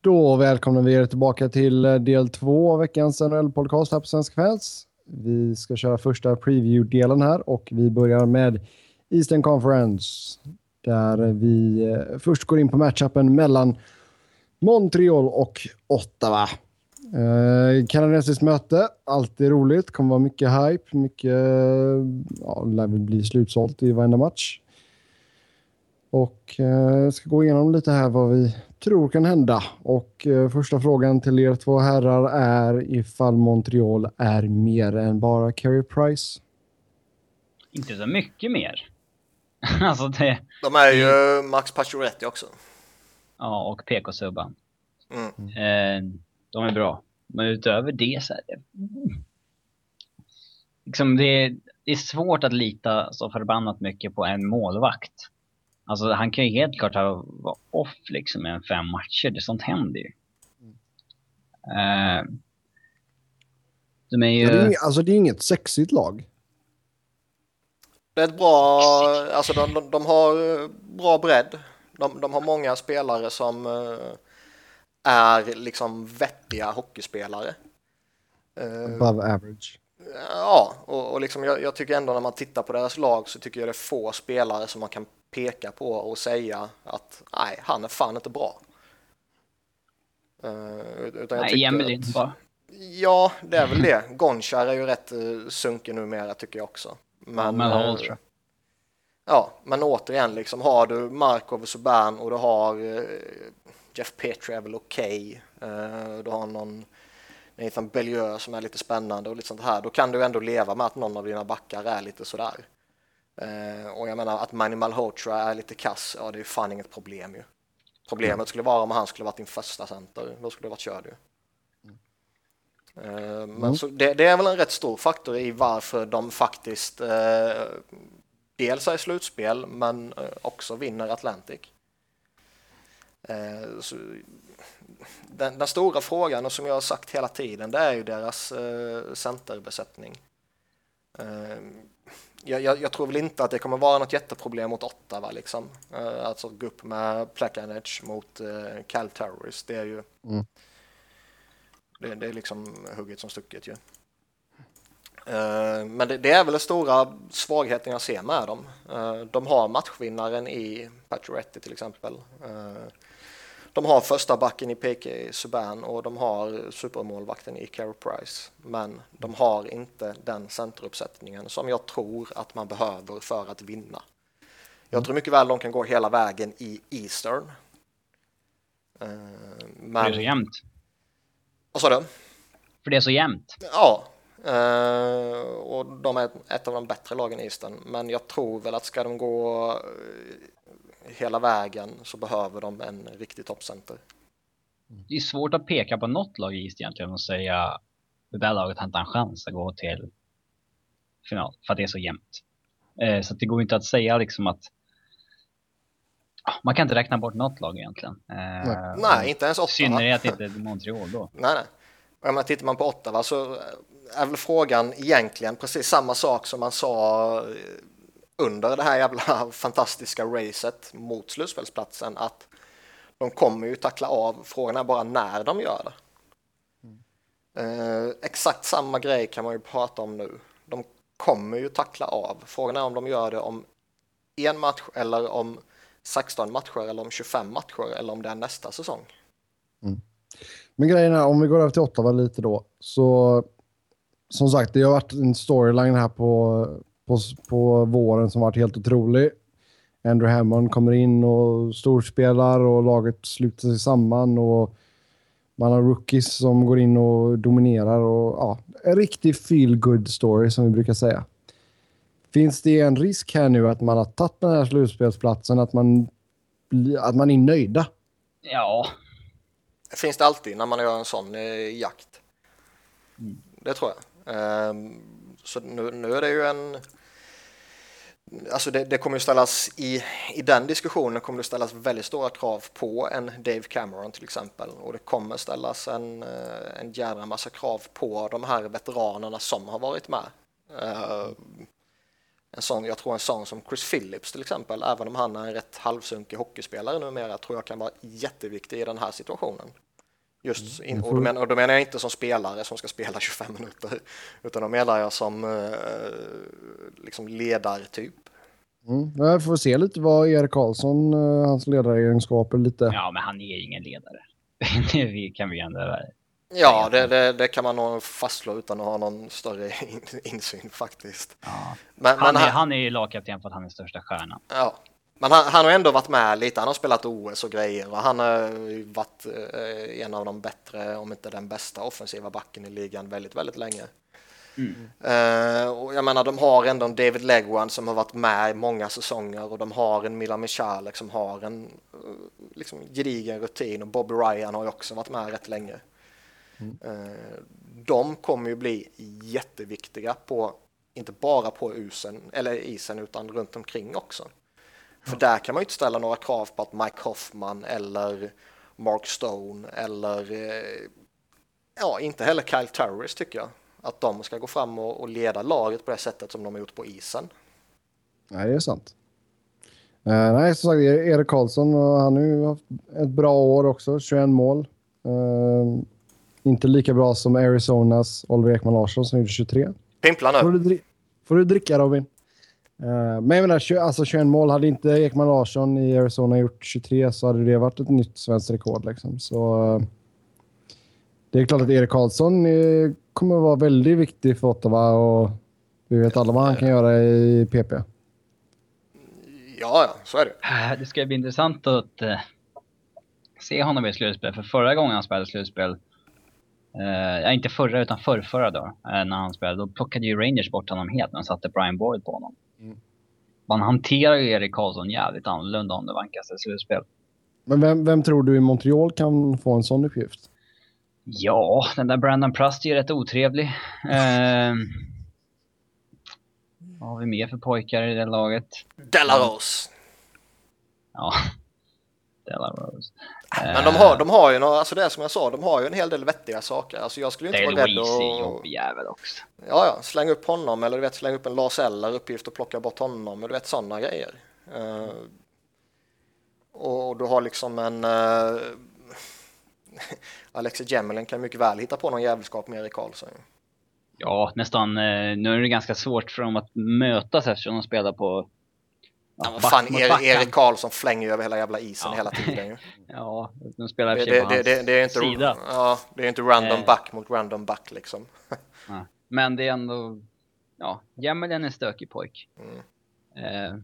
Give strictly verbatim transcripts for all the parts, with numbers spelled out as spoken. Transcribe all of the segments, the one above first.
Då välkomnar vi er tillbaka till del två av veckans N H L-podcast här på Svenska Fans. Vi ska köra första preview-delen här och vi börjar med Eastern Conference. Där vi först går in på matchupen mellan Montreal och Ottawa. Eh, kanadensiskt möte, alltid roligt, kommer vara mycket hype, mycket, ja, lär väl bli slutsålt i varenda match. Och eh, ska gå igenom lite här vad vi tror kan hända. Och eh, första frågan till er två herrar är ifall Montreal är mer än bara Carey Price. Inte så mycket mer. Alltså det, de är ju det... Max Pacioretty också. Ja, och P K-Subban. Mm. Eh, de är bra. Men utöver det så är det... Liksom det, det är svårt att lita så förbannat mycket på en målvakt. Alltså han kan ju helt klart ha vara off liksom en fem matcher. Det sånt händer ju. Mm. Uh, de är ju... Ja, det är, alltså det är inget sexigt lag. Det är ett bra... Alltså de, de, de har bra bredd. De, de har många spelare som uh, är liksom vettiga hockeyspelare. Uh, Above average. Ja, och, och liksom jag, jag tycker ändå när man tittar på deras lag så tycker jag det är få spelare som man kan peka på och säga att nej, han är fan inte bra. Uh, utan jag nej, Emelin att, bara. Ja, det är väl det. Gonchar är ju rätt uh, sunken numera tycker jag också. Men, men, uh, uh, ja, men återigen liksom har du Markov och Subban och du har uh, Jeff Petrie är väl okej. Okay. Uh, du har någon Nathan Bellieu som är lite spännande och lite sånt här. Då kan du ändå leva med att någon av dina backar är lite sådär. Uh, och jag menar att Manny Malhotra är lite kass, ja det är ju fan inget problem ju. Problemet mm. skulle vara om han skulle varit din första center, då skulle det varit körd ju. Mm. Uh, men mm. så det, det är väl en rätt stor faktor i varför de faktiskt uh, dels är i slutspel men uh, också vinner Atlantic. Uh, så, den, den stora frågan och som jag har sagt hela tiden det är ju deras uh, centerbesättning. Uh, Jag, jag, jag tror väl inte att det kommer vara något jätteproblem mot Ottawa liksom. Uh, alltså gå upp med Plekanec mot uh, Cal Terrorist. Det är ju mm. det, det är liksom hugget som stucket ju. Uh, men det, det är väl den stora svagheten jag ser med dem. Uh, de har matchvinnaren i Pacioretty till exempel. Uh, de har första backen i P K Subban och de har supermålvakten i Carey Price. Men de har inte den centeruppsättningen som jag tror att man behöver för att vinna. Jag mm. tror mycket väl de kan gå hela vägen i Eastern. Uh, men... Det är så jämnt. Vad sa du? För det är så jämnt. Ja. Uh, och de är ett av de bättre lagen i Eastern. Men jag tror väl att ska de gå... Uh, hela vägen så behöver de en riktig toppcenter. Det är svårt att peka på något lag i East egentligen och säga att det där laget har inte en chans att gå till final för att det är så jämnt. Eh, så att det går inte att säga liksom att man kan inte räkna bort något lag egentligen. Eh, nej, nej, inte ens Ottawa. Synnerhet inte Montreal då. Nej, nej. Om man tittar man på Ottawa så är väl frågan egentligen precis samma sak som man sa under det här jävla fantastiska racet mot slutspelsplatsen att de kommer ju tackla av. Frågan är bara när de gör det. Mm. Eh, exakt samma grej kan man ju prata om nu. De kommer ju tackla av. Frågan är om de gör det om en match eller om sexton matcher eller om tjugofem matcher eller om det är nästa säsong. Mm. Men grejen är, om vi går över till Ottawa lite då, så som sagt, det har varit en storyline här på På, på våren som varit helt otrolig. Andrew Hammond kommer in och storspelar och laget sluter sig samman och man har rookies som går in och dominerar och ja, en riktig feel good story som vi brukar säga. Finns det en risk här nu att man har tagit den här slutspelsplatsen, att man, att man är nöjda? Ja. Det finns det alltid när man gör en sån eh, jakt. Mm. Det tror jag. Um, Så nu, nu är det ju en... Alltså det, det kommer ju ställas i, i den diskussionen kommer det ställas väldigt stora krav på en Dave Cameron till exempel. Och det kommer ställas en, en jävla massa krav på de här veteranerna som har varit med. Uh, en sån, jag tror en sån som Chris Phillips till exempel, även om han är en rätt halvsunkig hockeyspelare numera, tror jag kan vara jätteviktig i den här situationen. Just in, och, då menar, och då menar jag inte som spelare som ska spela tjugofem minuter, utan då menar jag som eh, liksom ledartyp. Mm. Jag får se lite vad Erik Karlsson, uh, hans ledaregenskaper lite. Ja, men han är ingen ledare. Det kan vi ändå. Ja, det, det, det kan man nog fastslå utan att ha någon större in, insyn faktiskt. Ja. Men, han, men är, han, han är ju lagkapten för att han är största stjärnan. Ja, men han, han har ändå varit med lite. Han har spelat O S och grejer och han har varit eh, en av de bättre, om inte den bästa offensiva backen i ligan väldigt, väldigt länge. Mm. Uh, och jag menar, de har ändå en David Legwan som har varit med i många säsonger och de har en Milan Michalek som har en uh, liksom gedigen rutin och Bobby Ryan har ju också varit med rätt länge. Mm. Uh, de kommer ju bli jätteviktiga på, inte bara på isen, eller isen utan runt omkring också. För mm. där kan man ju inte ställa några krav på att Mike Hoffman eller Mark Stone eller uh, ja, inte heller Kyle Turris tycker jag. Att de ska gå fram och, och leda laget på det sättet som de har gjort på isen. Nej, det är sant. Uh, nej, som sagt, Erik Karlsson, uh, han har ju haft ett bra år också. tjugoett mål. Uh, inte lika bra som Arizonas Oliver Ekman Larsson som gjorde tjugotre. Pimpla nu. Får du, dri- får du dricka, Robin? Uh, men jag menar, alltså tjugoett mål. Hade inte Ekman Larsson i Arizona gjort tjugotre så hade det varit ett nytt svenskt rekord. Liksom. Så uh, det är klart att Erik Karlsson uh, kommer att vara väldigt viktig för Ottawa och vi vet alla vad han kan göra i P P. Ja, ja, så är det. Det ska bli intressant att uh, se honom i slutspel. För förra gången han spelade slutspel, uh, ja, inte förra utan förrförra då, uh, när han spelade, då plockade ju Rangers bort honom helt när han satte Brian Boyle på honom. Mm. Man hanterar ju Erik Karlsson jävligt annorlunda om det vankas ett slutspel. Men vem, vem tror du i Montreal kan få en sån uppgift? Ja, den där Brandon Prust är rätt otrevlig. Uh, vad har vi mer för pojkar i det laget? Delarose. Ja, Delarose. Men de har, de har ju några, alltså det som jag sa, de har ju en hel del vettiga saker. Alltså jag skulle inte vara rädd att... jobbig jävel också. Ja, ja, släng upp honom eller du vet, släng upp en Lars Eller uppgift och plocka bort honom och du vet sådana grejer. Uh, och du har liksom en... Uh, Alexi Gemelin kan mycket väl hitta på någon jävelskap med Erik Karlsson. Ja, nästan. Nu är det ganska svårt för dem att mötas eftersom de spelar på... Ja, ja, fan, Erik, Erik Karlsson flänger över hela jävla isen ja. hela tiden. Ju. Ja, de spelar det, det, det, på hans det, det, är inte, sida. Ja, det är inte random eh. back mot random back liksom. Ja. Men det är ändå... Ja, Gemelin är en stökig pojk. Mm. Eh.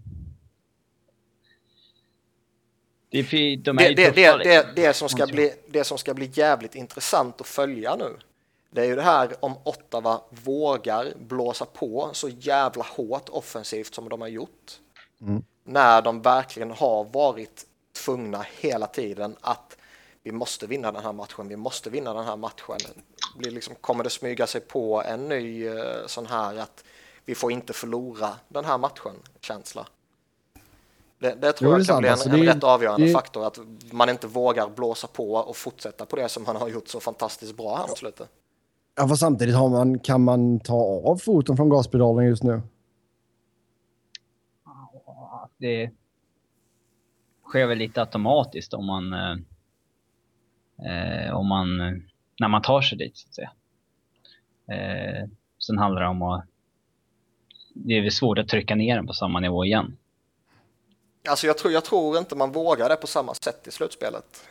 Det, är, de är det, det, tuffa, det, det, det, som ska bli, det som ska bli jävligt intressant att följa nu, det är ju det här om Ottawa vågar blåsa på så jävla hårt offensivt som de har gjort. Mm. När de verkligen har varit tvungna hela tiden att vi måste vinna den här matchen, vi måste vinna den här matchen. Blir liksom, kommer det smyga sig på en ny uh, sån här att vi får inte förlora den här matchen känsla. Det, det tror jo, jag kan bli en, alltså, en rätt avgörande det... faktor att man inte vågar blåsa på och fortsätta på det som han har gjort så fantastiskt bra här på slutet. Ja, för samtidigt har man, kan man ta av foten från gaspedalen just nu? Det sker väl lite automatiskt om man eh, om man när man tar sig dit så att säga. Eh, sen handlar det om att det är väl svårt att trycka ner den på samma nivå igen. Alltså jag tror, jag tror inte man vågar det på samma sätt i slutspelet.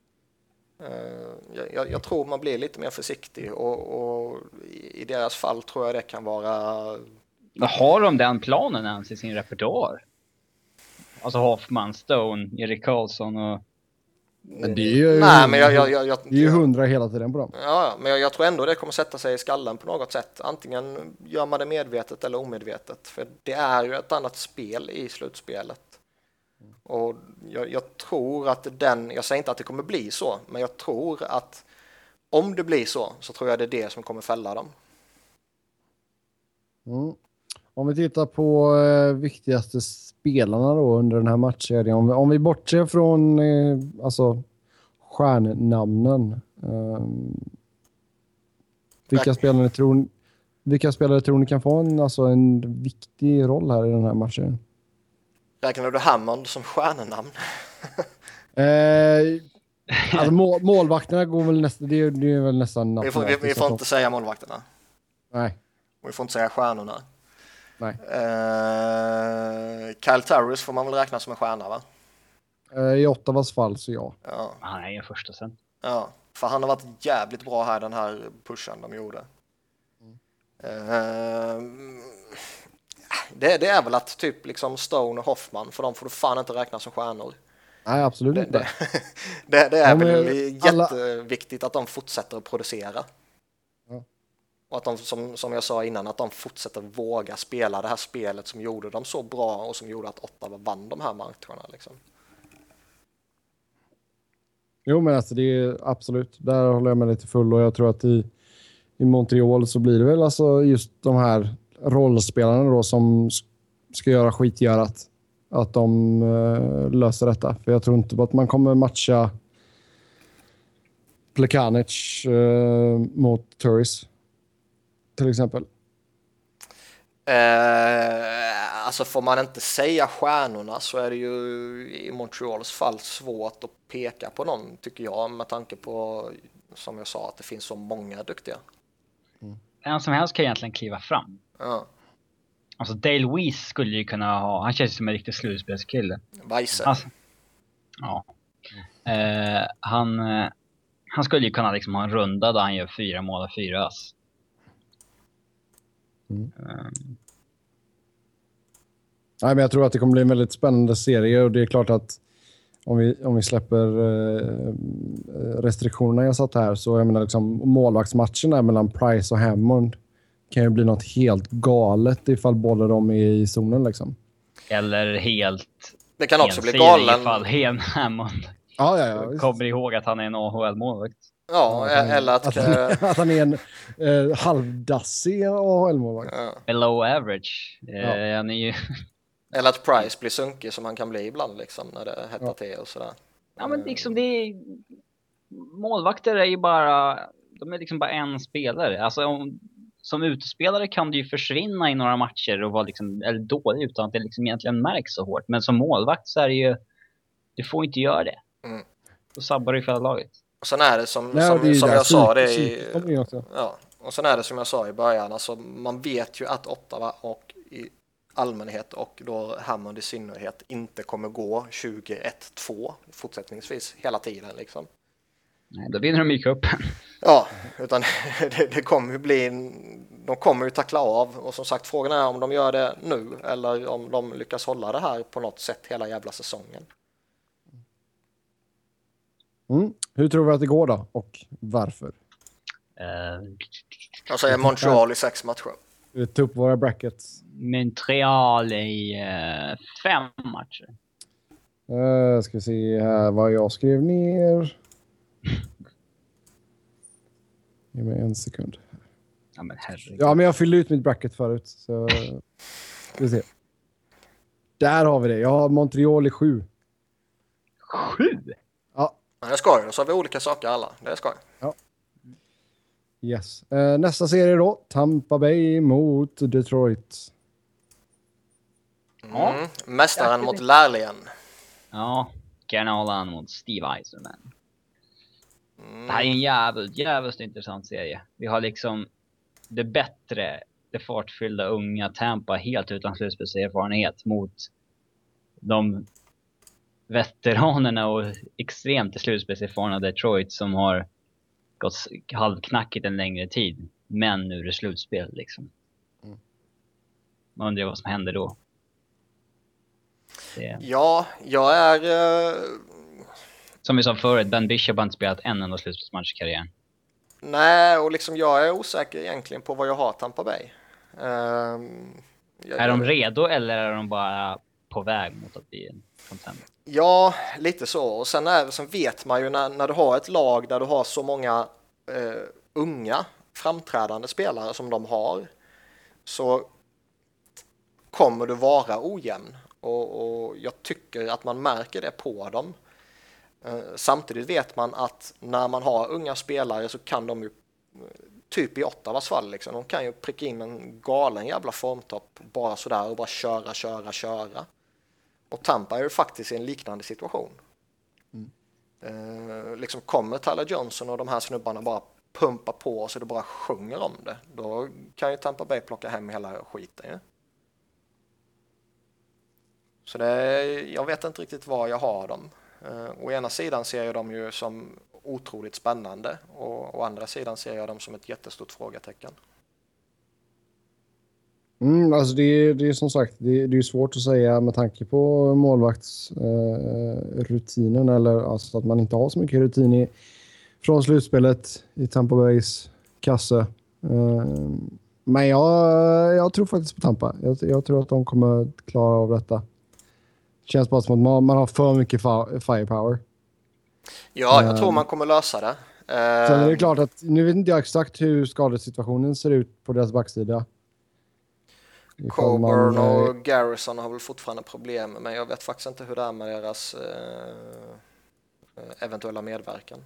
Uh, jag, jag tror man blir lite mer försiktig och, och i deras fall tror jag det kan vara... Har de den planen ens i sin repertoar? Alltså Hoffman, Stone, Erik Karlsson och... Men det är ju, Nej, men jag, jag, jag, jag, det är ju hundra hela tiden på dem. Ja, men jag, jag tror ändå det kommer sätta sig i skallen på något sätt. Antingen gör man det medvetet eller omedvetet. För det är ju ett annat spel i slutspelet. Och jag, jag tror att den, jag säger inte att det kommer bli så, men jag tror att om det blir så, så tror jag det är det som kommer fälla dem. Mm. Om vi tittar på eh, viktigaste spelarna då under den här matchserien, om vi, om vi bortser från eh, alltså stjärnnamnen, eh, vilka spelare tror vilka spelare tror ni kan få en, alltså en viktig roll här i den här matchen? Räknar du Hammond som stjärnenamn? eh, Alltså må, målvakterna går väl nästan, det är, det är väl nästan... Vi får, vi, vi får inte säga målvakterna. Nej. Och vi får inte säga stjärnorna. Nej. Uh, Kyle Turris får man väl räkna som en stjärna, va? Uh, I Ottawas fall så ja. Ja. Han är ju första sen. Ja, för han har varit jävligt bra här, den här pushen de gjorde. Mm. Uh, det, det är väl att typ liksom Stone och Hoffman, för de får du fan inte räkna som stjärnor. Nej, absolut det, inte. Det, det, det är ja, väl alla... jätteviktigt att de fortsätter att producera. Ja. Och att de, som, som jag sa innan, att de fortsätter våga spela det här spelet som gjorde dem så bra och som gjorde att Ottawa vann de här matcherna. Liksom. Jo, men alltså det är absolut. Där håller jag med lite full, och jag tror att i, i Montreal så blir det väl alltså just de här rollspelarna då som ska göra skitgörat. Att de uh, löser detta. För jag tror inte på att man kommer matcha Plekanec uh, mot Turris. Till exempel. Eh, alltså får man inte säga stjärnorna så är det ju i Montreals fall svårt att peka på någon, tycker jag, med tanke på, som jag sa, att det finns så många duktiga. Mm. En som helst kan egentligen kliva fram. Ja. Alltså Dale Weiss skulle ju kunna ha, han känns som en riktig slutspelskille. Weisse. Alltså, ja. Eh, han, eh, han skulle ju kunna liksom ha en runda där han gör fyra mål och fyra ass. Mm. Um. Nej, men jag tror att det kommer bli en väldigt spännande serie, och det är klart att om vi, om vi släpper eh, restriktionerna jag satt här, så jag menar liksom målvaktsmatchen där mellan Price och Hammond kan ju bli något helt galet ifall båda de är i zonen liksom. Eller helt... Det kan också bli galen. Ifall Hen Hammond ja, ja, ja, kommer ihåg att han är en A H L-målvakt. Ja, att han, eller att... Att han, att han är en eh, halvdassig A H L-målvakt. Ja. Below average. Eh, ja. Han är ju... Eller att Price blir sunkig som han kan bli ibland liksom, när det hettar ja. till och sådär. Ja, men liksom det är... Målvakter är ju bara... De är liksom bara en spelare. Alltså om... Som utespelare kan du ju försvinna i några matcher och vara liksom, eller dålig utan att det liksom egentligen märks så hårt. Men som målvakt så är det ju... Du får inte göra det. Mm. Då sabbar du för laget. Och sen är det som, Nej, som, det som jag sa det i... Ja, och sen är det som jag sa i början. Alltså, man vet ju att Ottawa och i allmänhet och då Hammond i synnerhet inte kommer gå tjugo ett två fortsättningsvis hela tiden liksom. Nej, då vinner de i cupen. Ja, utan det, det kommer ju bli en, de kommer ju tackla av, och som sagt frågan är om de gör det nu eller om de lyckas hålla det här på något sätt hela jävla säsongen. Mm. Hur tror vi att det går då och varför? Uh, Jag säger Montreal i sex matcher. Vi tar upp våra brackets. Montreal i uh, fem matcher. Uh, ska vi se här vad jag skrev ner. Ge mig en sekund. Ja, men herregud. Ja, men jag fyllde ut mitt bracket förut. Så ska vi se. Där har vi det. Jag har Montreal i sju. Sju? Ja. Men det ska ju. Så har vi olika saker alla. Det ska ju. Ja. Yes. Uh, nästa serie då. Tampa Bay mot Detroit. Mm. Mästaren mot lärlingen. Ja. Garnalan mot Steve Eiserman. Mm. Det här är en jävligt, jävligt intressant serie. Vi har liksom det bättre, det fartfyllda unga Tampa helt utan slutspelserfarenhet mot de veteranerna och extremt slutspelserfarna Detroit som har gått halvknackigt en längre tid. Men nu är det slutspel liksom. Mm. Man undrar vad som händer då. Det... Ja, jag är... Uh... Som vi sa förut, Ben Bishop har inte spelat en enda slutspelsmatch i karriären. Nej, och liksom jag är osäker egentligen på vad jag har Tampa Bay. Um, jag, är de redo eller är de bara på väg mot att bli en contender? Ja, lite så. Och sen, är, sen vet man ju när, när du har ett lag där du har så många uh, unga framträdande spelare som de har, så kommer du vara ojämn. Och, och jag tycker att man märker det på dem. Samtidigt vet man att när man har unga spelare så kan de ju, typ i Ottawas fall liksom, de kan ju pricka in en galen jävla formtopp bara sådär och bara köra, köra, köra. Och Tampa är ju faktiskt i en liknande situation. Mm. Eh, liksom kommer Tyler Johnson och de här snubbarna bara pumpa på så det bara sjunger om det, då kan ju Tampa Bay plocka hem hela skiten. Ja? Så det, jag vet inte riktigt var jag har dem. Uh, å ena sidan ser jag dem ju som otroligt spännande och å andra sidan ser jag dem som ett jättestort frågetecken. Mm, alltså det är, det är som sagt, det, det är svårt att säga med tanke på målvaktsrutinen, eh, eller alltså att man inte har så mycket rutin i, från slutspelet i Tampa Bays kasse. Eh, men jag, jag tror faktiskt på Tampa. Jag, jag tror att de kommer klara av detta. Känns bara som att man, man har för mycket fa- firepower. Ja, jag um, tror man kommer lösa det. Uh, sen är det klart att, nu vet inte jag exakt hur skadesituationen ser ut på deras backsida. Coburn man, och uh, Garrison har väl fortfarande problem, men jag vet faktiskt inte hur det är med deras uh, eventuella medverkan.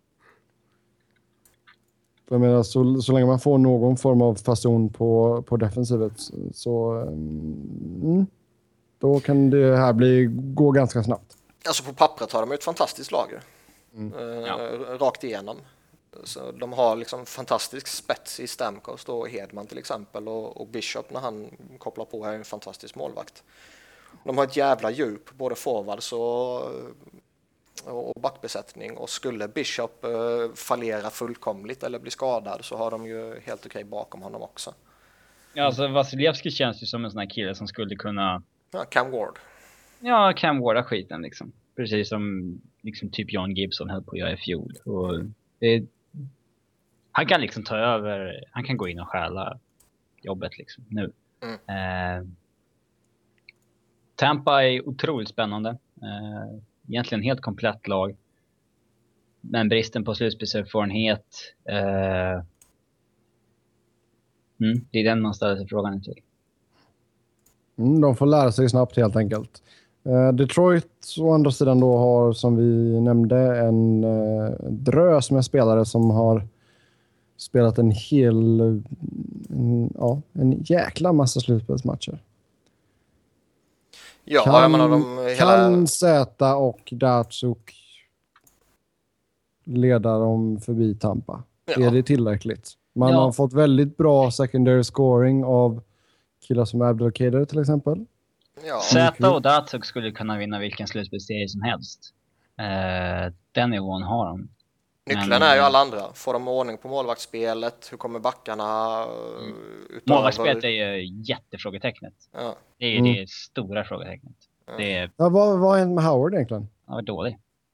Jag menar, så, så länge man får någon form av fason på, på defensivet så mm, då kan det här bli, gå ganska snabbt. Alltså på pappret har de ett fantastiskt lag. Mm. Uh, ja. Rakt igenom. Så de har liksom fantastisk spets i Stamkos och Hedman till exempel, och, och Bishop när han kopplar på är en fantastisk målvakt. De har ett jävla djup, både forwards och, och backbesättning, och skulle Bishop uh, fallera fullkomligt eller bli skadad så har de ju helt okej bakom honom också. Ja, alltså Vasilevski känns ju som en sån här kille som skulle kunna... Ja, Cam Ward. Ja, Cam Warda skiten liksom. Precis som liksom typ John Gibson höll på att göra i fjol. Och det, han kan liksom ta över, han kan gå in och stjäla jobbet liksom nu. Mm. Eh, Tampa är otroligt spännande. Eh, egentligen helt komplett lag. Men bristen på slutspelserfarenhet. Eh, mm, det är den man ställer sig frågan till. Mm, de får lära sig snabbt helt enkelt. Uh, Detroit å andra sidan då har, som vi nämnde, en uh, drös med spelare som har spelat en hel en, ja, en jäkla massa slutspelsmatcher. Ja, kan, jag menar de hela... kan Zäta och Datsuk leda dem förbi Tampa? Ja. Är det tillräckligt? Man ja. har fått väldigt bra secondary scoring av killar som Abdelkader till exempel. Ja. Zäta och Datsuk skulle kunna vinna vilken slutspelsserie som helst. Eh, den nivån har de. Nyckeln Men, är ju alla andra. Får de ordning på målvaktsspelet? Hur kommer backarna mm. utöver? Målvaktsspelet är ju jättefrågetecknet. Ja. Det är ju mm. det stora frågetecknet. Ja. Det är... Ja, vad, vad är med Howard egentligen? Ja, dålig.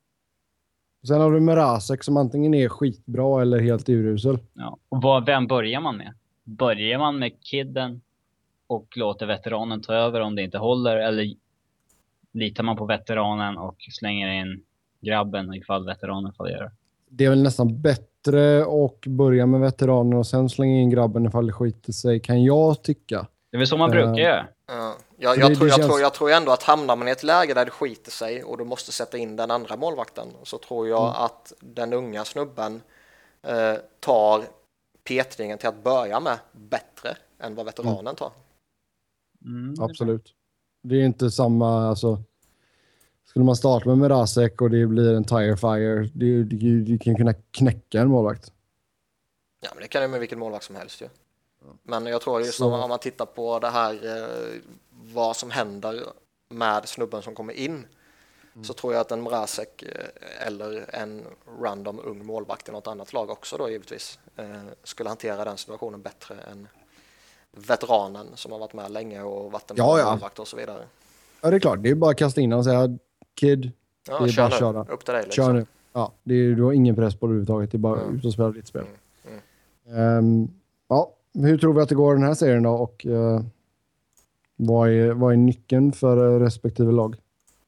Sen har du Mrazek som antingen är skitbra eller helt urusel. Ja. Och vad, vem börjar man med? Börjar man med kidden och låter veteranen ta över om det inte håller, eller litar man på veteranen och slänger in grabben ifall veteranen fallerar? Det är väl nästan bättre att börja med veteranen och sen slänga in grabben ifall det skiter sig, kan jag tycka. Det är väl så man brukar uh, göra. Ja. Jag, jag, det, tror, det jag, känns... tror, jag tror ändå att hamnar man i ett läge där det skiter sig och du måste sätta in den andra målvakten, så tror jag mm. att den unga snubben eh, tar petringen till att börja med bättre än vad veteranen mm. tar. Mm, Absolut. Det är inte samma, alltså skulle man starta med Mrazek och det blir en tire fire, du, du, du kan kunna knäcka en målvakt. Ja, men det kan ju med vilken målvakt som helst ju. Ja. Men jag tror just om, om man tittar på det här eh, vad som händer med snubben som kommer in, mm. så tror jag att en Mrazek eh, eller en random ung målvakt i något annat lag också då givetvis eh, skulle hantera den situationen bättre än veteranen som har varit med länge och varit en ja, ja. målvakt och så vidare. Ja, det är klart. Det är bara att kasta in och säga kid, ja, det är bara att köra. Upp till dig, liksom. Kör nu. Ja, det är, du har ingen press på det överhuvudtaget. Det är bara mm. ut och spela ditt spel. Mm. Mm. Um, ja, hur tror vi att det går den här serien då? Och uh, vad, är, vad är nyckeln för respektive lag?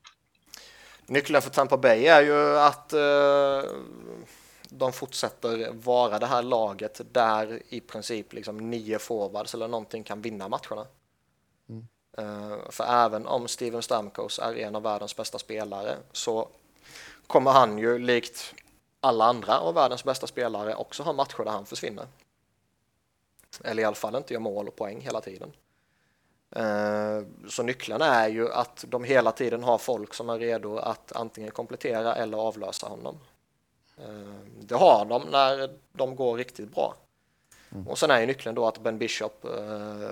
Nyckeln för Tampa Bay är ju att uh, de fortsätter vara det här laget där i princip liksom nio forwards eller någonting kan vinna matcherna. Mm. Uh, för även om Steven Stamkos är en av världens bästa spelare så kommer han ju likt alla andra av världens bästa spelare också ha matcher där han försvinner. Eller i alla fall inte gör mål och poäng hela tiden. Eh, så nyckeln är ju att de hela tiden har folk som är redo att antingen komplettera eller avlösa honom. Eh, det har de när de går riktigt bra. Mm. Och sen är ju nyckeln då att Ben Bishop eh,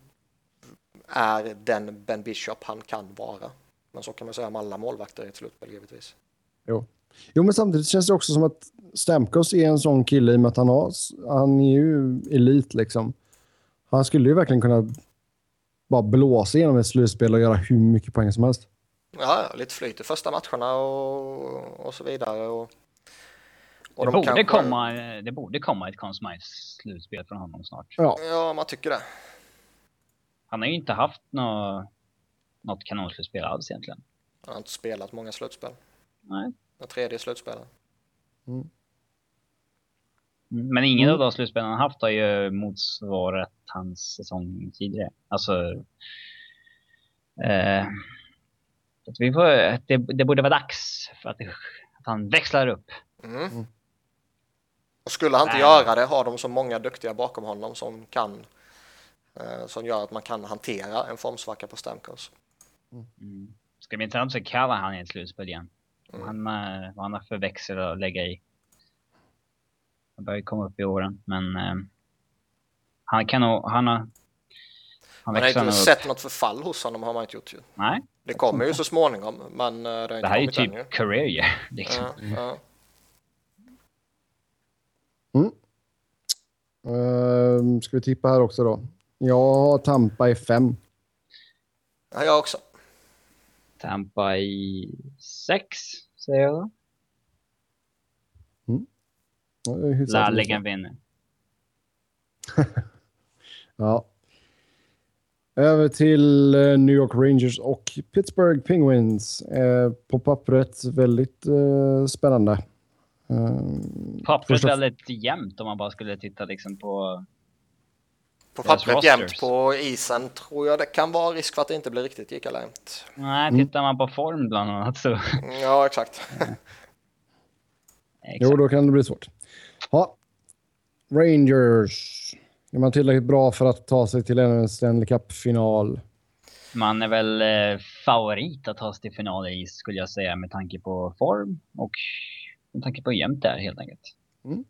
är den Ben Bishop han kan vara. Men så kan man säga om alla målvakter i ett slutspel givetvis. Jo. jo, men samtidigt känns det också som att Stamkos är en sån kille i och med att han, har, han är ju elit liksom. Han skulle ju verkligen kunna bara blåsa igenom ett slutspel och göra hur mycket poäng som helst. Ja, lite flyt i första matcherna och, och så vidare. Och, och det, de borde kanske... komma, det borde komma ett Conn Smythe-slutspel från honom snart. Ja. ja, man tycker det. Han har ju inte haft något, något kanonslutspel alls egentligen. Han har inte spelat många slutspel. Nej. Den tredje slutspelen. Mm. Men ingen mm. av de slutspelen han haft har ju motsvarat hans säsong tidigare. Alltså eh, att vi får, det, det borde vara dags för att, det, att han växlar upp. Mm. Mm. Och skulle han inte äh. göra det har de så många duktiga bakom honom som kan eh, som gör att man kan hantera en formsvacka på Stamkos. Mm. Ska vi inte ha så kalla han i ett slutspel igen? Mm. Han, han har för växel att lägga i. Han börjar komma upp i åren, men eh, han kan nog, han har han, man har inte sett något förfall hos honom, har man inte gjort ju. Nej. Det kommer ju så småningom, men det har inte det här är ju typ ännu. Career year, liksom. Ja, ja. Mm. Uh, ska vi tippa här också då? Jag har Tampa i fem. Ja, jag också. Tampa i sex, säger jag då. Mm. Lärligen vinner. Ja. Över till New York Rangers och Pittsburgh Penguins. Eh, på pappret väldigt eh, spännande. Eh, pappret första... väldigt jämnt om man bara skulle titta liksom på... På pappret jämnt, på isen tror jag det kan vara risk för att det inte blir riktigt lika långt. Nej, tittar man på form bland annat så... Ja, exakt. exakt. Jo, då kan det bli svårt. Ja. Rangers. Är man tillräckligt bra för att ta sig till en Stanley Cup-final? Man är väl eh, favorit att ta sig till final i, skulle jag säga, med tanke på form och med tanke på jämnt där, helt enkelt. Mm.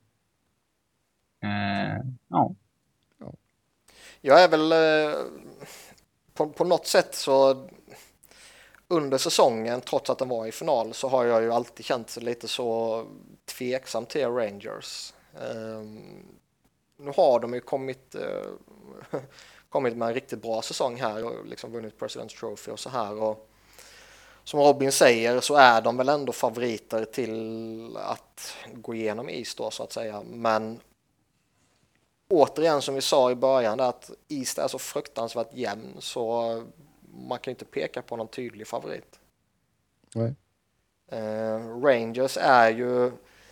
Eh, ja. ja. Jag är väl eh, på, på något sätt så under säsongen, trots att den var i final, så har jag ju alltid känt lite så tveksam till Rangers. Um, nu har de ju kommit, uh, kommit med en riktigt bra säsong här och liksom vunnit President's Trophy och så här. Och som Robin säger så är de väl ändå favoriter till att gå igenom East då, så att säga. Men återigen som vi sa i början, att East är så fruktansvärt jämn så man kan inte peka på någon tydlig favorit. Nej. Uh, Rangers är ju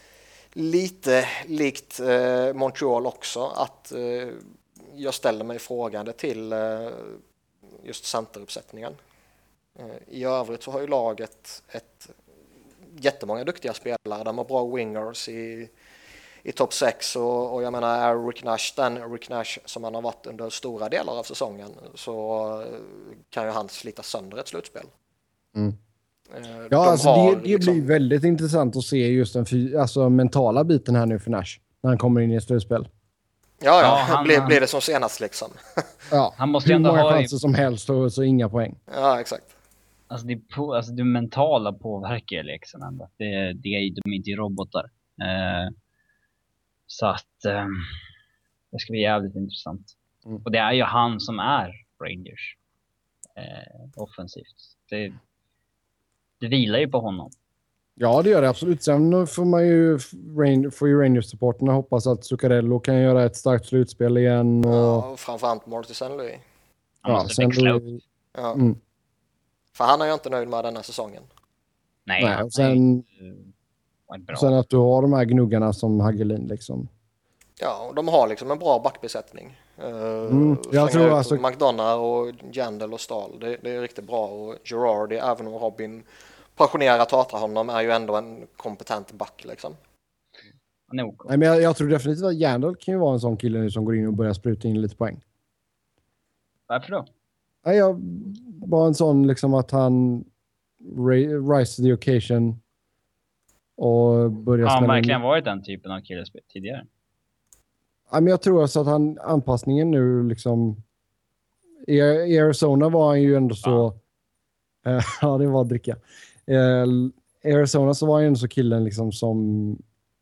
lite likt uh, Montreal också, att uh, jag ställer mig frågande till uh, just centeruppsättningen. Uh, I övrigt så har ju laget ett jättemånga duktiga spelare. De har bra wingers i, i topp sex och, och jag menar är Rick Nash den Rick Nash som han har varit under stora delar av säsongen, så uh, kan ju han slita sönder ett slutspel. Mm. Ja, alltså det, det liksom... blir väldigt intressant att se just den fy- alltså mentala biten här nu för Nash när han kommer in i ett slutspel. Ja, ja, ja han, blir, han... blir det som senast liksom. Ja, han måste ju ändå ha chanser som helst och så inga poäng. Ja, exakt. Alltså det, på, alltså det mentala påverkar liksom ändå. Det, det är de är inte robotar. Eh, så att eh, det ska bli jävligt intressant. Mm. Och det är ju han som är Rangers eh, offensivt. Det Det vilar ju på honom. Ja, det gör det absolut. Sen får man ju, får ju Rangers-supporterna hoppas att Zuccarello kan göra ett starkt slutspel igen. Och... Ja, och framförallt Marty Saint Louis. Han måste ja, växla upp. Ja. Mm. För han är ju inte nöjd med denna säsongen. Nej, Nej och sen, är sen att du har de här gnuggarna som Hagelin liksom. Ja, och de har liksom en bra backbesättning. Mm, jag tror alltså... McDonough och Jandel och Stahl, det, det är riktigt bra. Och Girardi, även om Robin passionerat hatar honom, är ju ändå en kompetent back liksom. Nej, men jag, jag tror definitivt att Jandel kan ju vara en sån kille nu som går in och börjar spruta in lite poäng. Varför då? Ja, jag var en sån liksom att han ra- rise to the occasion och började Har han smälla verkligen in. varit den typen av kille tidigare? Ja, men jag tror alltså att han, anpassningen nu liksom... I, i Arizona var han ju ändå så... Eh, ja, det var att dricka. Eh, I Arizona så var han ju ändå så killen liksom som...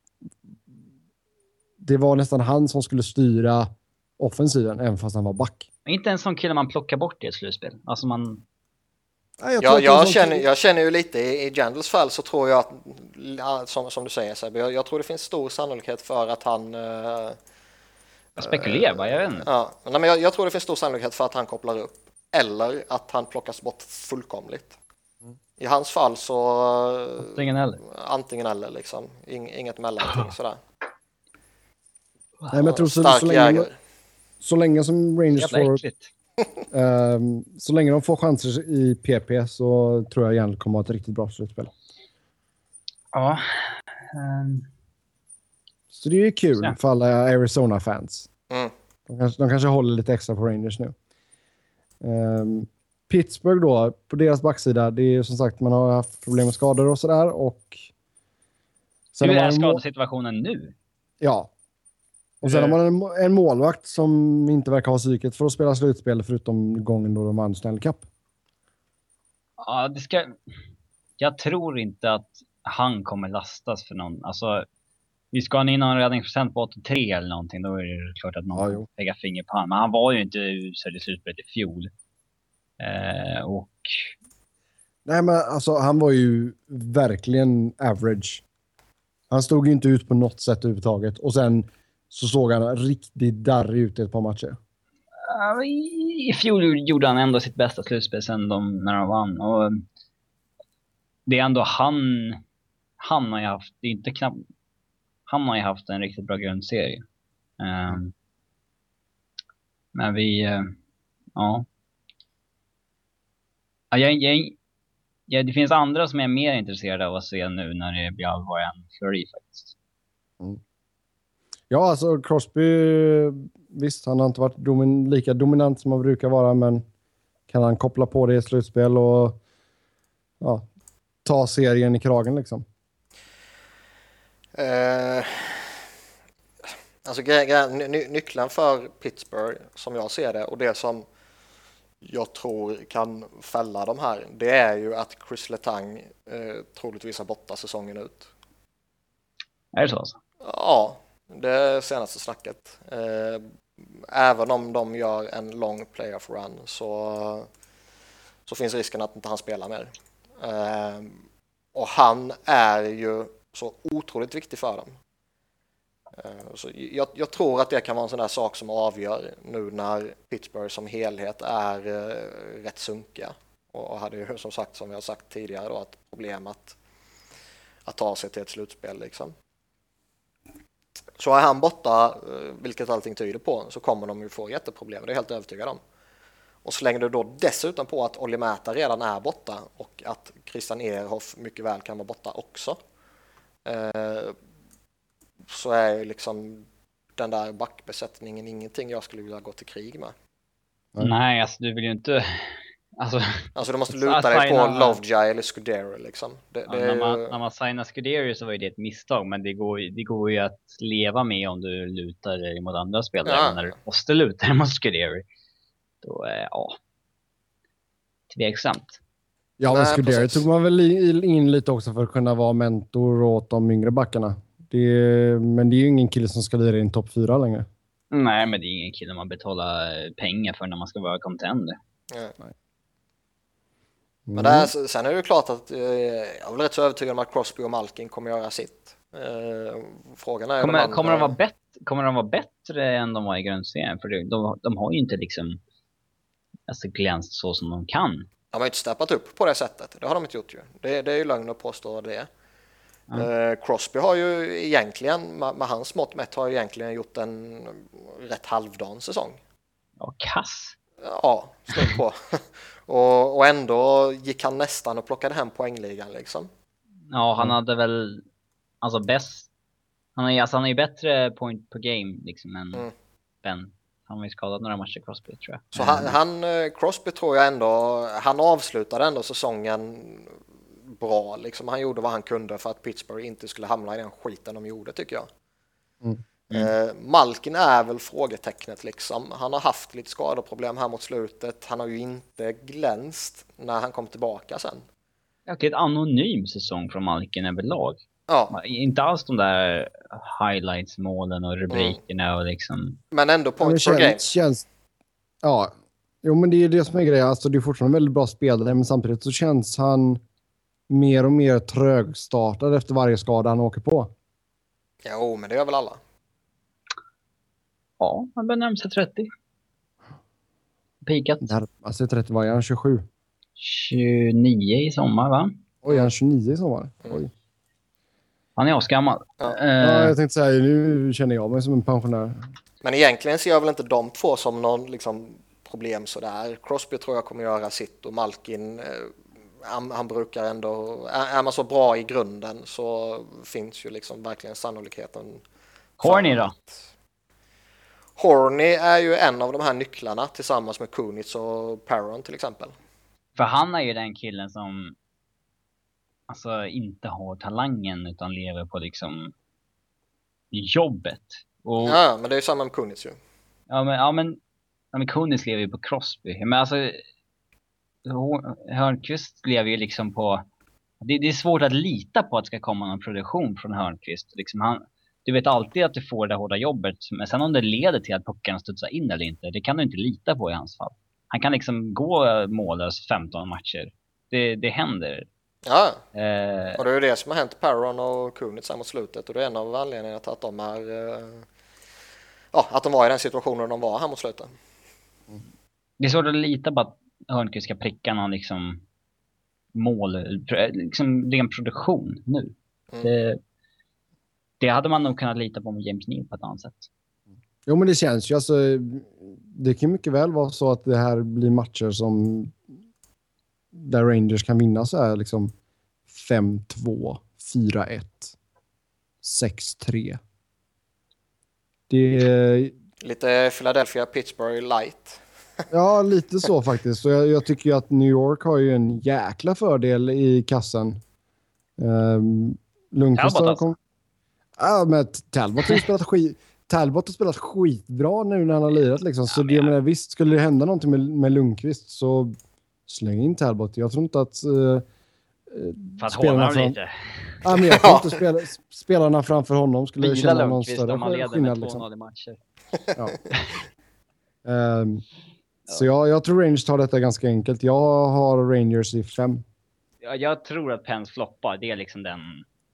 Det var nästan han som skulle styra offensiven, även fast han var back. Inte en sån kille man plockar bort i ett slutspel. Alltså man... Ja, jag, tror Ja, att det är en jag, sån känner, kille- jag känner ju lite i, i Jandals fall så tror jag att, ja, som, som du säger Sebbe, jag, jag tror det finns stor sannolikhet för att han... eh, Jag spekulerar bara, jag vet inte. Ja, nej, men jag, jag tror det finns stor sannolikhet för att han kopplar upp. Eller att han plockas bort fullkomligt. I hans fall så... Ingen heller. Antingen eller liksom. Ing, inget mellanting sådär. Nej, men jag tror så, Stark så, länge, jägare. så länge som Rangers Jävla får... äckligt. ehm, så länge de får chanser i P P så tror jag Jan kommer att ha ett riktigt bra slutspel. Ja. Um, Så det är ju kul Så. för alla Arizona-fans. Mm. De kanske, de kanske håller lite extra på Rangers nu. Ehm, Pittsburgh då, på deras backsida, det är ju som sagt, man har haft problem med skador och sådär. Och sen hur har är man en må- skadesituationen nu? Ja. Och sen Hur- har man en, må- en målvakt som inte verkar ha psyket för att spela slutspel förutom gången då de vann Stanley Cup. Ja, det ska... Jag tror inte att han kommer lastas för någon. Alltså, vi ska han in en räddningsprocent på åttiotre eller någonting, då är det klart att Ja, någon jo. lägger finger på han. Men han var ju inte usel i slutspelet i fjol. Eh, och Nej, men alltså han var ju verkligen average. Han stod ju inte ut på något sätt överhuvudtaget. Och sen så såg han riktigt darrig ut i ett par matcher. uh, i, i fjol gjorde han ändå sitt bästa slutspel sen de, när de vann. Och det är ändå han... Han har ju haft... Det är inte knappt... Han har ju haft en riktigt bra grundserie. Um, men vi... Uh, ja... Ja, jag, jag, ja, det finns andra som är mer intresserade av att se nu när det blir allvar än Fleury faktiskt. Ja, alltså Crosby, visst, han har inte varit domin- lika dominant som han brukar vara, men kan han koppla på det i slutspel och ja, ta serien i kragen liksom? Eh, alltså gre- gre- ny- nyckeln för Pittsburgh som jag ser det och det som jag tror kan fälla de här, det är ju att Chris Letang eh, troligtvis är borta säsongen ut. Är det så alltså? Ja, det är senaste snacket. Eh, även om de gör en lång playoff run så, så finns risken att inte han spelar mer. Eh, och han är ju så otroligt viktig för dem. Eh, så jag, jag tror att det kan vara en sån där sak som avgör nu när Pittsburgh som helhet är eh, rätt sunkiga. Och hade ju som sagt, som vi har sagt tidigare då, ett problem att, att ta sig till ett slutspel liksom. Så är han borta, vilket allting tyder på, så kommer de ju få jätteproblem. Det är jag helt övertygad om. Och så länge du då dessutom på att Olli Määttä redan är borta och att Christian Ehrhoff mycket väl kan vara borta också. Eh, så är ju liksom den där backbesättningen ingenting jag skulle vilja gå till krig med. Nej. Nej, alltså du vill ju inte... Alltså, Alltså du måste Så luta dig på signa- Lovejoy eller Scudero liksom. Det, ja, det är när, man, ju... när man signar Scuderi så var ju det ett misstag, men det går, ju- det går ju att leva med om du lutar dig mot andra spelare. Ja. Men när du måste luta dig mot Scuderi, då är ja, tveksamt. Ja, men Nej, Scuderi precis. tog man väl i- in lite också för att kunna vara mentor åt de yngre backarna. Det är, men det är ju ingen kille som ska lira i en topp fyra längre. Nej, men det är ingen kille man betalar pengar för när man ska vara contender. Ja. Mm. Men där, sen är det ju klart att eh, jag är väl rätt så övertygad om att Crosby och Malkin kommer göra sitt. Eh, frågan är ju Kommer, de andra- kommer, de vara bättre, kommer de vara bättre än de var i grundserien? För det- de, de har ju inte liksom alltså glänst så som de kan. De har ju inte steppat upp på det sättet. Det har de inte gjort ju. Det, det är ju lögn att påstå det. Mm. Eh, Crosby har ju egentligen, med, med hans mått mätt, har ju egentligen gjort en rätt halvdan säsong. Ja, kass. Ja, slut på. och, och ändå gick han nästan och plockade hem poängligan liksom. Ja, han hade väl alltså bäst. Han är alltså han är ju bättre point per game liksom än Mm. Ben Han var ju skadad några matcher, Crosby, tror jag. Så han, han, Crosby tror jag ändå, han avslutade ändå säsongen bra. Liksom. Han gjorde vad han kunde för att Pittsburgh inte skulle hamna i den skiten de gjorde, tycker jag. Mm. Mm. Eh, Malkin är väl frågetecknet liksom. Han har haft lite skadeproblem här mot slutet. Han har ju inte glänst när han kom tillbaka sen. Okej, ett anonym säsong från Malkin överlag. Ja. Inte alls de där highlights-målen och rubrikerna mm. och liksom... Men ändå points ja, per game. Känns, ja, jo men det är det som är grejen. Alltså, det är fortfarande en väldigt bra spelare, men samtidigt så känns han mer och mer trögstartad efter varje skada han åker på. Jo, men det gör väl alla. Ja, han börjar närma sig trettio. Pikat. Alltså trettio var han tjugosju. tjugonio i sommar, va? Oj, han tjugonio i sommar. Oj. Han är asgammal. Ja. Uh, ja, jag tänkte säga, nu känner jag mig som en pensionär. Men egentligen ser jag väl inte de två som någon liksom, problem sådär. Crosby tror jag kommer göra sitt och Malkin, eh, han, han brukar ändå, är, är man så bra i grunden så finns ju liksom verkligen sannolikheten. Horny då? Horny är ju en av de här nycklarna tillsammans med Kunitz och Perron till exempel. För han är ju den killen som alltså inte har talangen utan lever på liksom jobbet. Och, ja, men det är ju samma med Kunitz ju. Ja, men, ja, men, ja, men Kunitz lever ju på Crosby. Men alltså Hörnqvist lever ju liksom på... Det, det är svårt att lita på att det ska komma någon produktion från Hörnqvist. Liksom han, du vet alltid att du får det hårda jobbet. Men sen om det leder till att pucken studsar in eller inte, det kan du inte lita på i hans fall. Han kan liksom gå mållös femton matcher. Det, det händer. Ja, eh, och det är ju det som har hänt Perron och Kunitz mot slutet. Och det är en av anledningarna till att de är... Eh, ja, att de var i den situationen de var här mot slutet. Mm. Det är svårt att lita på att Hörnqvist ska pricka någon liksom mål, liksom ren produktion nu. Mm. Det, det hade man nog kunnat lita på med James Neal på ett annat sätt. Jo, men det känns ju alltså, det kan mycket väl vara så att det här blir matcher som där Rangers kan vinna så här liksom fem två, fyra ett, sex tre. Det är... Lite Philadelphia Pittsburgh light. Ja, lite så faktiskt. Så jag, jag tycker ju att New York har ju en jäkla fördel i kassen. Um, Lundqvist har kom... Ja, men Talbot har ju spelat skit... Talbot har spelat skitbra nu när han har lirat liksom. Så ja, det, jag menar, visst, skulle det hända någonting med, med Lundqvist så släng in Talbot. Jag tror inte att uh, för att spelarna fram... lite. Ja, men jag tror inte spela... spelarna framför honom skulle Vila känna någon Lundqvist större om man leder skillnad med två noll liksom. i matcher. Ja. um, Så jag, jag tror Rangers tar detta ganska enkelt. Jag har Rangers i fem. Ja, jag tror att Pens floppar. Det är liksom den...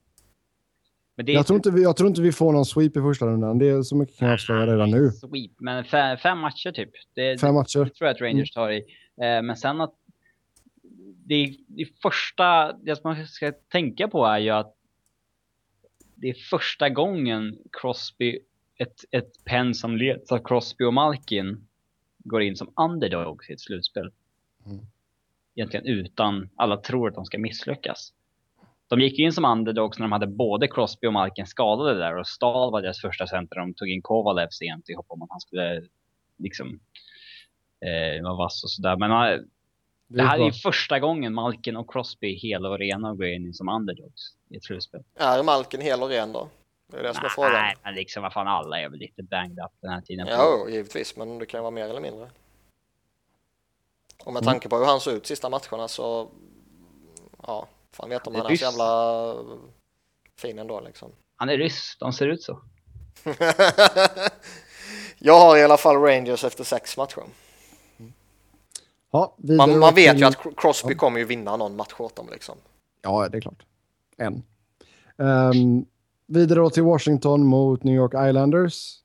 Men det är... jag, tror inte vi, jag tror inte vi får någon sweep i första rundan. Det är så mycket kan jag avslöja redan nu. Sweep, men fem, fem matcher typ. Det, fem matcher. Det tror jag att Rangers tar i. Eh, men sen att... Det, det första... Det som man ska tänka på är ju att det är första gången Crosby... Ett, ett Pen som leds av Crosby och Malkin går in som underdogs i ett slutspel. Mm. Egentligen utan alla tror att de ska misslyckas. De gick in som underdogs när de hade både Crosby och Malkin skadade där. Och Stahl var deras första center. De tog in Kovalev sent i hopp om att han skulle liksom eh, vara vass och sådär. Men det, det här bra. Är första gången Malkin och Crosby hela och rena går in som underdogs i ett slutspel. Är Malkin hel och ren då? Det är det som är frågan. Nej, men liksom vad fan, alla är väl lite banged up den här tiden. Ja, givetvis, men det kan vara mer eller mindre. Och med tanke på hur han såg ut sista matcherna så ja, fan vet om han är, han är så jävla fin ändå liksom. Han är ryss, de ser ut så. Jag har i alla fall Rangers efter sex matcher. Ja, man, man vet till... ju att Crosby ja. kommer ju vinna någon match åt dem liksom. Ja, det är klart. En. Um... Vidare då till Washington mot New York Islanders.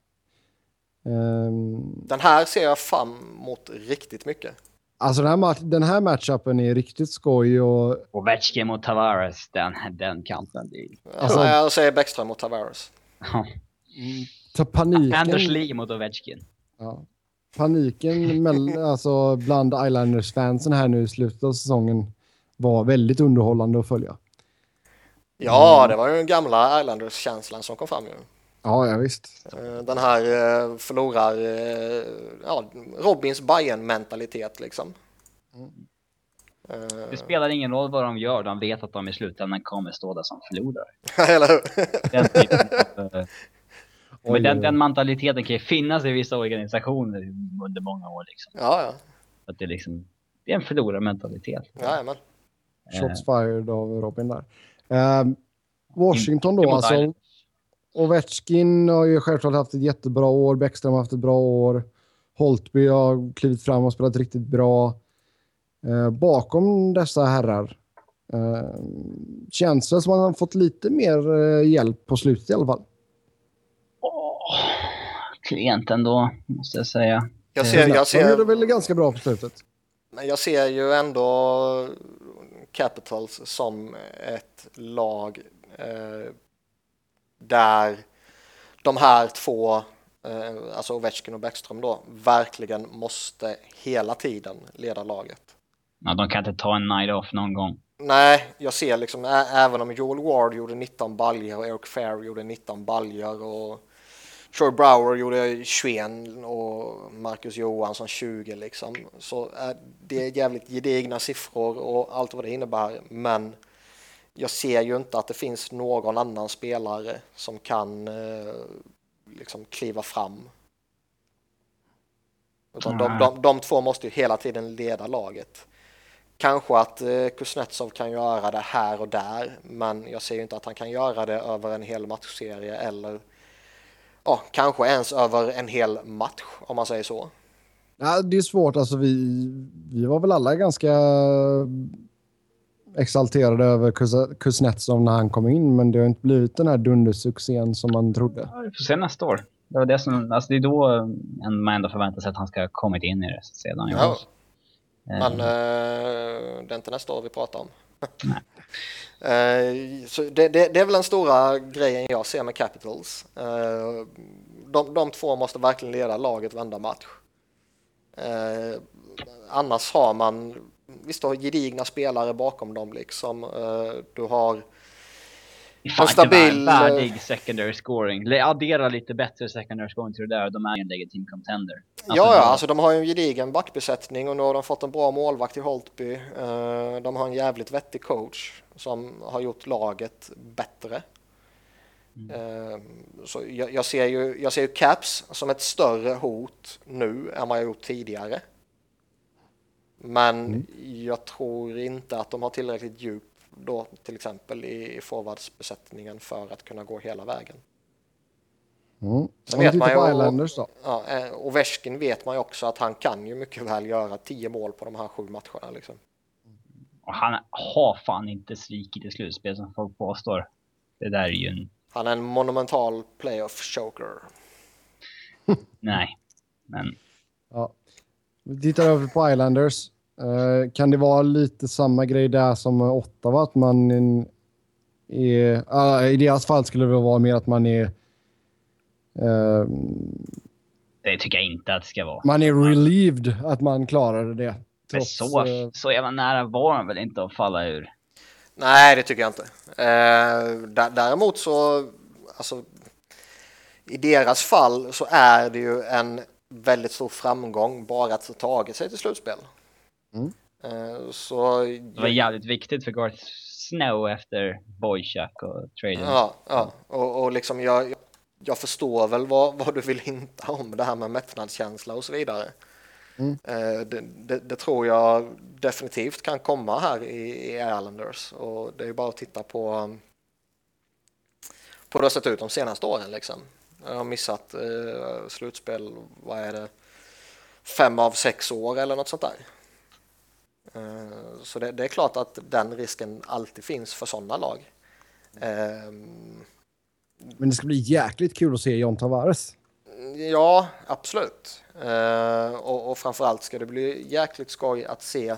Um, den här ser jag fram mot riktigt mycket. Alltså den här, mat- den här matchupen är riktigt skoj. Och Ovechkin mot Tavares, den, den kanten. Alltså, ja, jag säger Bäckström mot Tavares. Ta paniken. Anders Lee mot Ovechkin. Ja. Paniken mell- alltså, bland Islanders-fansen här nu i slutet av säsongen var väldigt underhållande att följa. Ja, det var ju den gamla Islanders-känslan som kom fram ju. Ja, ja visst. Den här förlorar ja, Robins Bayern-mentalitet liksom. Mm. Det spelar ingen roll vad de gör, de vet att de i slutändan kommer stå där som förlorare. Eller hur? Den typen av, men den, den mentaliteten kan ju finnas i vissa organisationer under många år liksom. Ja, ja. Att det, liksom, det är en förlorarmentalitet. Ja, men. Shots fired av Robin där. Um, Washington då, alltså. Ovechkin har ju självklart haft ett jättebra år. Bäckström har haft ett bra år. Holtby har klivit fram och spelat riktigt bra. Uh, bakom dessa herrar uh, känns det som att man har fått lite mer uh, hjälp på slutet i alla fall. Oh, klienten då, måste jag säga. Jag ser, jag ser... De gjorde väl ganska bra på slutet. Men jag ser ju ändå Capitals som ett lag eh, där de här två, eh, alltså Ovechkin och Bäckström då, verkligen måste hela tiden leda laget. Ja, de kan inte ta en night off någon gång. Nej, jag ser liksom, ä- även om Joel Ward gjorde nitton baljor och Eric Fair gjorde nitton baljor och Troy Brouwer gjorde tjugoett och Marcus Johansson tjugo liksom. Så är det jävligt gedigna siffror och allt vad det innebär. Men jag ser ju inte att det finns någon annan spelare som kan eh, liksom kliva fram. Utan de, de, de två måste ju hela tiden leda laget. Kanske att eh, Kuznetsov kan göra det här och där. Men jag ser ju inte att han kan göra det över en hel matchserie eller ja, kanske ens över en hel match, om man säger så. Ja, det är svårt. Alltså, vi, vi var väl alla ganska exalterade över Kuznetsov när han kom in, men det har inte blivit den här dundersuccén som man trodde. Ja, vi får se nästa år. Det, var det, som, alltså det är då en man ändå förväntar sig att han ska ha kommit in i det sedan. Ja. Men eh, det är inte nästa år vi pratar om. Nej. Uh, så det, det, det är väl den stora grejen jag ser med Capitals. Uh, de, de två måste verkligen leda laget varenda match. Uh, annars har man, visst, du har gedigna spelare bakom dem liksom. Uh, du har en stabil värdig secondary scoring. Addera lite bättre secondary scoring till det där. De är en legitim contender. Alltså, ja, ja, alltså de har ju en gedigen backbesättning och nu har de fått en bra målvakt i Holtby. Uh, de har en jävligt vettig coach som har gjort laget bättre. Mm. Uh, så jag, jag ser ju jag ser ju Caps som ett större hot nu än vad jag gjort tidigare. Men mm. jag tror inte att de har tillräckligt djup då till exempel i forwardsbesättningen för att kunna gå hela vägen. Mm. Sen vet man ju, och, ja, Ovechkin vet man ju också att han kan ju mycket väl göra tio mål på de här sju matcherna liksom. Och han har fan inte svikit i slutspel som folk påstår. Det där är ju en... Han är en monumental playoff choker. Nej, men... Ja. Vi tittar över på Islanders. Uh, kan det vara lite samma grej där som Ottawa? Att man är... Uh, I deras fall skulle det vara mer att man är... Uh, det tycker jag inte att det ska vara. Man är relieved att man klarade det. Trots, men så, uh, så jävla nära var han väl inte att falla ur? Nej, det tycker jag inte. Uh, däremot så... Alltså, i deras fall så är det ju en väldigt stor framgång bara att få tagit sig till slutspel. Mm. Uh, så... Det var jävligt viktigt för Garth Snow efter Boychuk och traden. Ja, ja. Och, och liksom jag, jag förstår väl vad, vad du vill hinta om det här med mättnadskänsla och så vidare. Mm. Uh, det, det, det tror jag definitivt kan komma här i, i Islanders. Och det är ju bara att titta på på hur det har sett ut de senaste åren liksom. Jag har missat uh, slutspel, vad är det? Fem av sex år eller något sånt där. Så det, det är klart att den risken alltid finns för sådana lag. Men det ska bli jäkligt kul att se John Tavares. Ja, absolut. Och, och framförallt ska det bli jäkligt skoj att se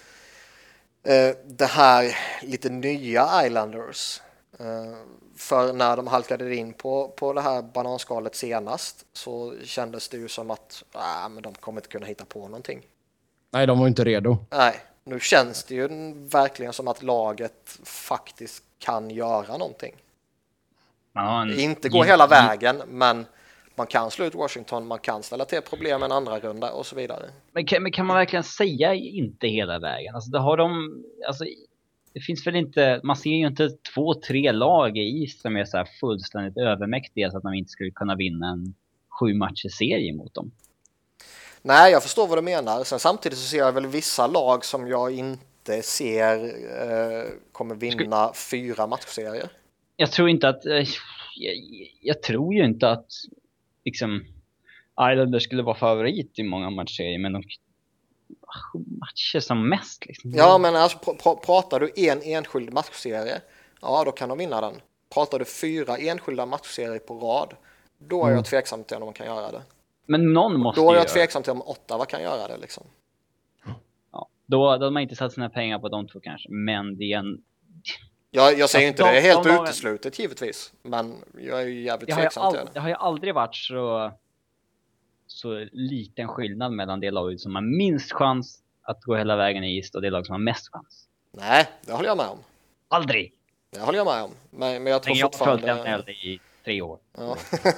det här lite nya Islanders. För när de halkade in på, på det här bananskalet senast så kändes det ju som att äh, men de kommer inte kunna hitta på någonting. Nej, de var inte redo. Nej, nu känns det ju verkligen som att laget faktiskt kan göra någonting. Man har en, inte gå hela vägen, men man kan slå ut Washington, man kan ställa till problem en andra runda och så vidare. Men kan, men kan man verkligen säga inte hela vägen? Alltså det har de, alltså det finns väl inte, man ser ju inte två, tre lag i East som är så här fullständigt övermäktiga så att man inte skulle kunna vinna en sju matcher serie mot dem. Nej, jag förstår vad du menar. Sen samtidigt så ser jag väl vissa lag som jag inte ser eh, kommer vinna Ska... fyra matchserier. Jag tror inte att, eh, jag, jag tror ju inte att liksom Islanders skulle vara favorit i många matcher, men de matcher som mest liksom. Ja, men alltså pr- pr- pratar du en enskild matchserie, ja då kan de vinna den. Pratar du fyra enskilda matchserier på rad, då är mm. jag tveksam till om de kan göra det. Men någon måste Då är jag göra. tveksam till om Ottawa kan göra det liksom. Ja, då, då har man inte satt sina pengar på de två kanske, men det är en... Jag, jag säger alltså, inte de, det är helt de uteslutet en... givetvis, men jag är ju jävligt det tveksam all... till det. Det har ju aldrig varit så, så liten skillnad mellan det laget som har minst chans att gå hela vägen i East och det lag som har mest chans. Nej, det håller jag med om. Aldrig! Det håller jag med om. Men, men jag tror men jag fortfarande... Jag har följt den i tre år. Ja.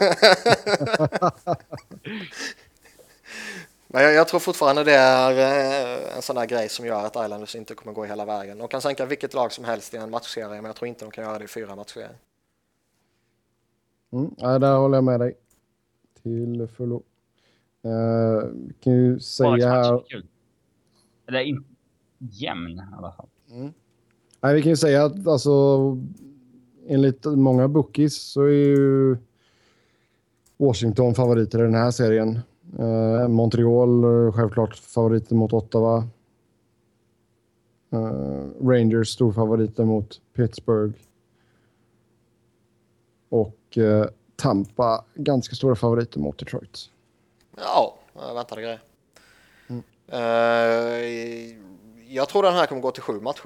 Men jag, jag tror fortfarande det är en sån där grej som gör att Islanders inte kommer gå hela vägen. De kan sänka vilket lag som helst i en matchserie, men jag tror inte de kan göra det i fyra matchserier. Mm, ja, där håller jag med dig. Till fullo. Uh, kan ju säga här... Eller inte jämn i alla fall. Mm. Nej, vi kan ju säga att alltså, enligt många bookies så är ju Washington favoriter i den här serien. Uh, Montreal uh, självklart favoriter mot Ottawa. Uh, Rangers stor favoriter mot Pittsburgh. Och uh, Tampa ganska stora favoriter mot Detroit. Ja, jag väntade grej. Mm. Uh, jag tror den här kommer gå till sju matcher.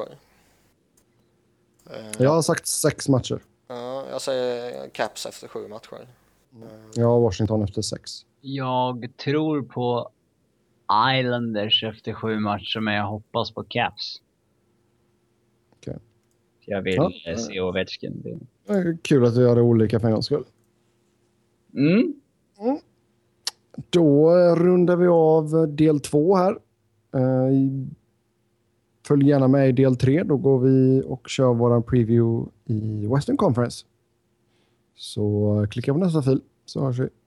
Uh, jag har sagt sex matcher. Ja, uh, jag säger Caps efter sju matcher. Uh, ja, Washington efter sex. Jag tror på Islanders efter sju matcher, men jag hoppas på Caps. Okej. Okay. Jag vill ja. se Ovechkin. Kul att vi gör det olika för en gångs skull. Mm. Mm. Då rundar vi av del två här. Följ gärna med i del tre. Då går vi och kör våran preview i Western Conference. Så klicka på nästa fil så hörs vi.